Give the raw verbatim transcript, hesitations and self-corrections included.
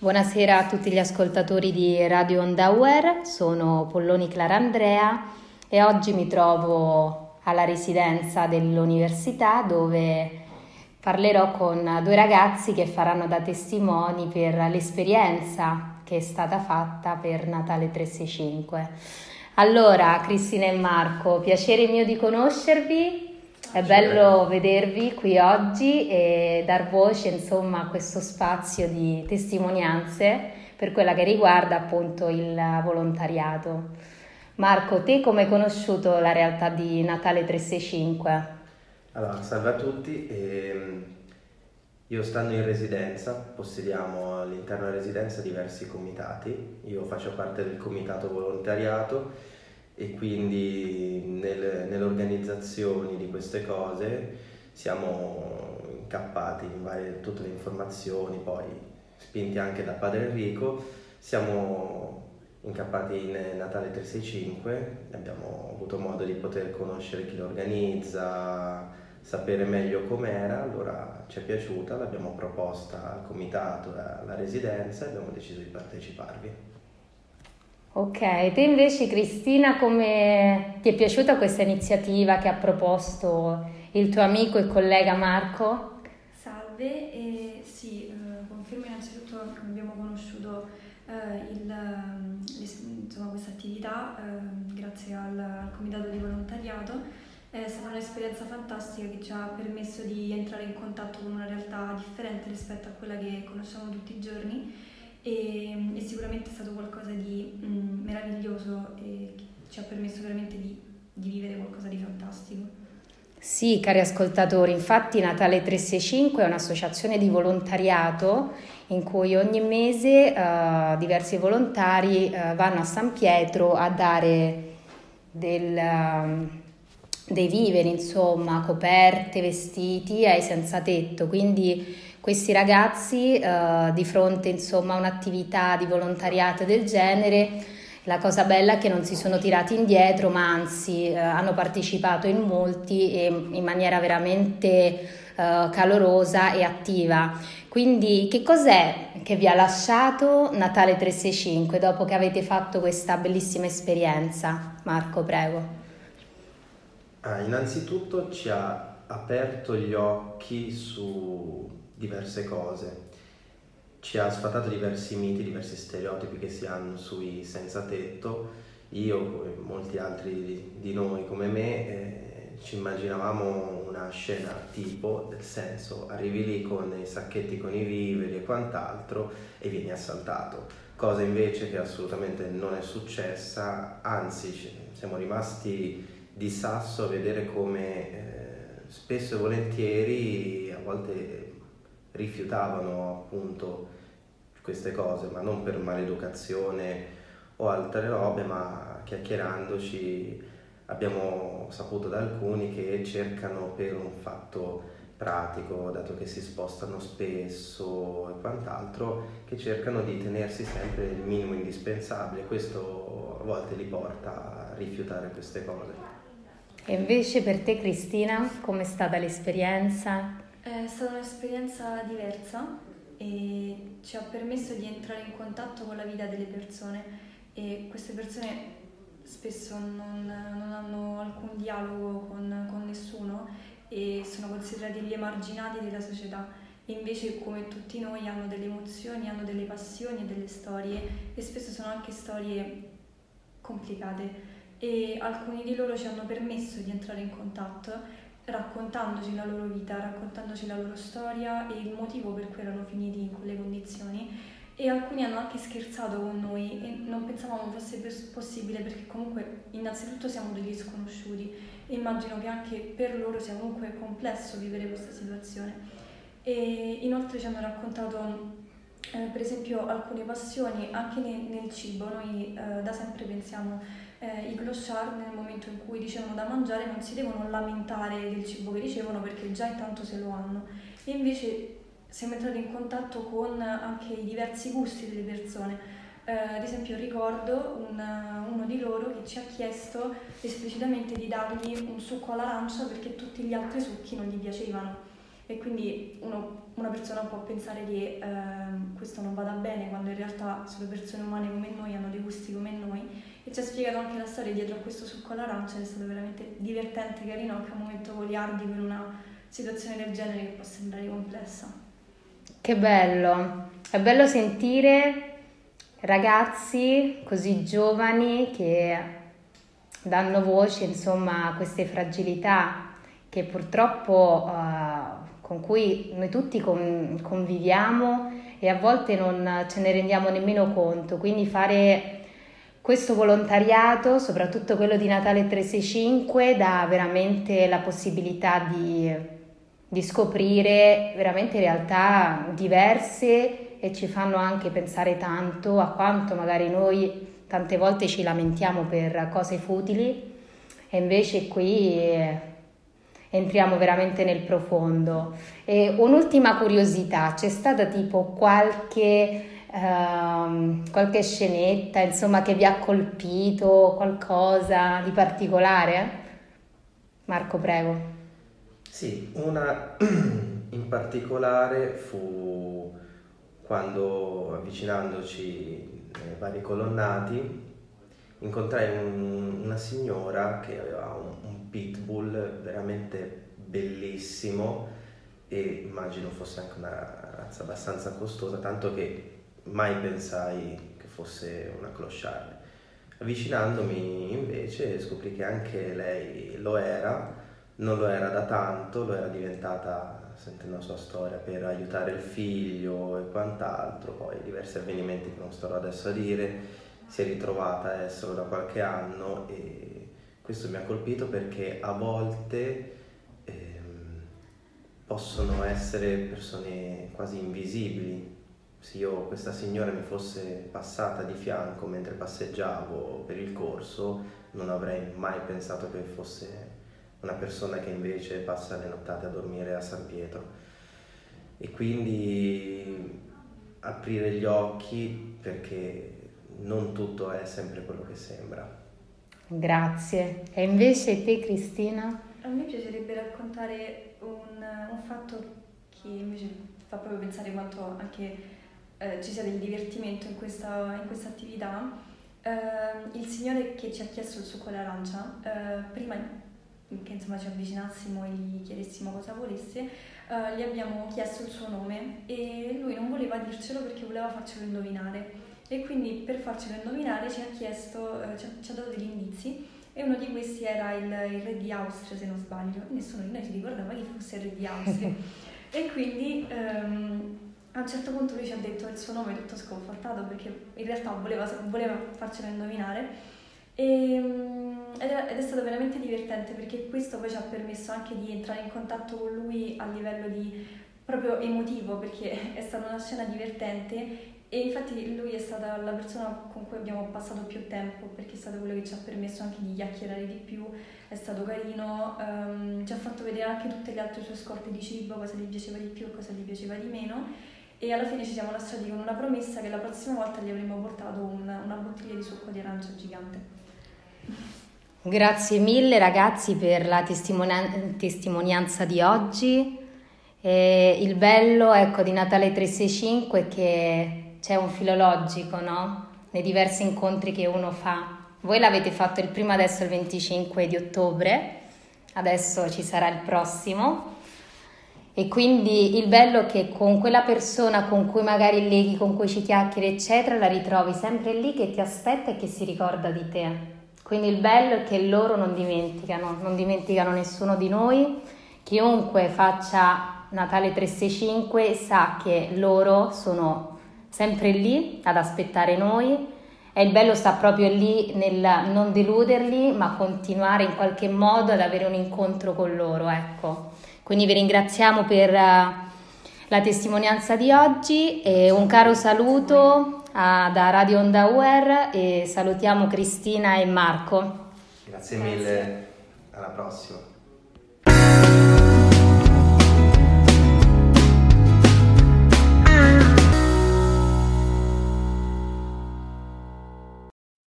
Buonasera a tutti gli ascoltatori di Radio Onda U R, sono Polloni Clara Andrea e oggi mi trovo alla residenza dell'università dove parlerò con due ragazzi che faranno da testimoni per l'esperienza che è stata fatta per Natale trecentosessantacinque. Allora, Cristina e Marco, piacere mio di conoscervi. È bello vedervi qui oggi e dar voce, insomma, a questo spazio di testimonianze per quella che riguarda appunto il volontariato. Marco, te come hai conosciuto la realtà di Natale trecentosessantacinque? Allora, salve a tutti. Ehm, io stando in residenza, possediamo all'interno della residenza diversi comitati. Io faccio parte del comitato volontariato e quindi nel, nell'organizzazione di queste cose siamo incappati in varie, tutte le informazioni, poi spinti anche da Padre Enrico, siamo incappati in Natale trecentosessantacinque, abbiamo avuto modo di poter conoscere chi lo organizza, sapere meglio com'era, allora ci è piaciuta, l'abbiamo proposta al comitato e alla residenza e abbiamo deciso di parteciparvi. Ok, te invece Cristina, come ti è piaciuta questa iniziativa che ha proposto il tuo amico e collega Marco? Salve, e sì, eh, confermo innanzitutto che abbiamo conosciuto eh, il, insomma, questa attività eh, grazie al, al comitato di volontariato. È stata un'esperienza fantastica che ci ha permesso di entrare in contatto con una realtà differente rispetto a quella che conosciamo tutti i giorni. E, e sicuramente è stato qualcosa di mh, meraviglioso e che ci ha permesso veramente di, di vivere qualcosa di fantastico. Sì, cari ascoltatori, infatti Natale trecentosessantacinque è un'associazione di volontariato in cui ogni mese uh, diversi volontari uh, vanno a San Pietro a dare del, uh, dei viveri, insomma, coperte, vestiti ai senza tetto, quindi questi ragazzi eh, di fronte insomma a un'attività di volontariato del genere, la cosa bella è che non si sono tirati indietro, ma anzi eh, hanno partecipato in molti e in maniera veramente eh, calorosa e attiva. Quindi che cos'è che vi ha lasciato Natale trecentosessantacinque dopo che avete fatto questa bellissima esperienza? Marco, prego. Ah, innanzitutto ci ha aperto gli occhi su diverse cose, ci ha sfatato diversi miti, diversi stereotipi che si hanno sui senza tetto. Io e molti altri di, di noi come me eh, ci immaginavamo una scena tipo, del senso arrivi lì con i sacchetti con i viveri e quant'altro e vieni assaltato, cosa invece che assolutamente non è successa, anzi siamo rimasti di sasso a vedere come eh, spesso e volentieri a volte rifiutavano appunto queste cose, ma non per maleducazione o altre robe, ma chiacchierandoci abbiamo saputo da alcuni che cercano per un fatto pratico, dato che si spostano spesso e quant'altro, che cercano di tenersi sempre il minimo indispensabile. Questo a volte li porta a rifiutare queste cose. E invece per te Cristina, com'è stata l'esperienza? È stata un'esperienza diversa e ci ha permesso di entrare in contatto con la vita delle persone e queste persone spesso non, non hanno alcun dialogo con, con nessuno e sono considerati gli emarginati della società e invece come tutti noi hanno delle emozioni, hanno delle passioni e delle storie e spesso sono anche storie complicate e alcuni di loro ci hanno permesso di entrare in contatto raccontandoci la loro vita, raccontandoci la loro storia e il motivo per cui erano finiti in quelle condizioni e alcuni hanno anche scherzato con noi e non pensavamo fosse possibile perché comunque innanzitutto siamo degli sconosciuti e immagino che anche per loro sia comunque complesso vivere questa situazione e inoltre ci hanno raccontato eh, per esempio alcune passioni anche nel, nel cibo. Noi eh, da sempre pensiamo Eh, i clochard nel momento in cui ricevono da mangiare non si devono lamentare del cibo che ricevono perché già intanto se lo hanno e invece siamo entrati in contatto con anche i diversi gusti delle persone eh, ad esempio ricordo una, uno di loro che ci ha chiesto esplicitamente di dargli un succo all'arancia perché tutti gli altri succhi non gli piacevano e quindi uno, una persona può pensare che ehm, questo non vada bene quando in realtà sono persone umane come noi, hanno dei gusti come noi, e ci ha spiegato anche la storia dietro a questo succo all'arancia ed è stato veramente divertente, carino, anche a un momento goliardi per una situazione del genere che può sembrare complessa. Che bello, è bello sentire ragazzi così giovani che danno voce, insomma, a queste fragilità che purtroppo uh, con cui noi tutti con, conviviamo e a volte non ce ne rendiamo nemmeno conto. Quindi fare questo volontariato, soprattutto quello di Natale trecentosessantacinque, dà veramente la possibilità di, di scoprire veramente realtà diverse e ci fanno anche pensare tanto a quanto magari noi tante volte ci lamentiamo per cose futili e invece qui eh, entriamo veramente nel profondo. E un'ultima curiosità, c'è stata tipo qualche, ehm, qualche scenetta, insomma, che vi ha colpito, qualcosa di particolare? Marco, prego. Sì, una in particolare fu quando, avvicinandoci nei vari colonnati, incontrai un, una signora che aveva un, un pitbull veramente bellissimo e immagino fosse anche una razza abbastanza costosa, tanto che mai pensai che fosse una clochard. Avvicinandomi invece scoprì che anche lei lo era, non lo era da tanto, lo era diventata, sentendo la sua storia, per aiutare il figlio e quant'altro, poi diversi avvenimenti che non starò adesso a dire, si è ritrovata a esserlo da qualche anno e questo mi ha colpito perché a volte ehm, possono essere persone quasi invisibili. Se io, questa signora mi fosse passata di fianco mentre passeggiavo per il corso, non avrei mai pensato che fosse una persona che invece passa le nottate a dormire a San Pietro. E quindi aprire gli occhi, perché non tutto è sempre quello che sembra. Grazie. E invece te, Cristina? A me piacerebbe raccontare un, un fatto che invece fa proprio pensare quanto anche eh, ci sia del divertimento in questa, in questa attività. Eh, il signore che ci ha chiesto il succo all'arancia, eh, prima che insomma ci avvicinassimo e gli chiedessimo cosa volesse, eh, gli abbiamo chiesto il suo nome e lui non voleva dircelo perché voleva farcelo indovinare, e quindi per farcelo indovinare ci ha chiesto, eh, ci, ha, ci ha dato degli indizi, e uno di questi era il, il re di Austria, se non sbaglio. Nessuno di noi si ricordava chi fosse il re di Austria e quindi ehm, a un certo punto lui ci ha detto il suo nome tutto sconfortato perché in realtà voleva, voleva farcelo indovinare. E, ed, è, ed è stato veramente divertente perché questo poi ci ha permesso anche di entrare in contatto con lui a livello di proprio emotivo, perché è stata una scena divertente e infatti lui è stata la persona con cui abbiamo passato più tempo, perché è stato quello che ci ha permesso anche di chiacchierare di più, è stato carino, um, ci ha fatto vedere anche tutte le altre sue scorte di cibo, cosa gli piaceva di più e cosa gli piaceva di meno, e alla fine ci siamo lasciati con una promessa che la prossima volta gli avremmo portato una, una bottiglia di succo di arancia gigante. Grazie mille ragazzi per la testimonian- testimonianza di oggi. E il bello, ecco, di Natale trecentosessantacinque è che c'è un filologico, no? Nei diversi incontri che uno fa. Voi l'avete fatto il primo, adesso il venticinque di ottobre, adesso ci sarà il prossimo. E quindi il bello è che con quella persona con cui magari leghi, con cui ci chiacchieri, eccetera, la ritrovi sempre lì che ti aspetta e che si ricorda di te. Quindi il bello è che loro non dimenticano, non dimenticano nessuno di noi. Chiunque faccia Natale trecentosessantacinque sa che loro sono sempre lì ad aspettare noi, e il bello sta proprio lì nel non deluderli, ma continuare in qualche modo ad avere un incontro con loro, ecco. Quindi vi ringraziamo per la testimonianza di oggi e un caro saluto a, da Radio Onda U R, e salutiamo Cristina e Marco. Grazie mille, alla prossima.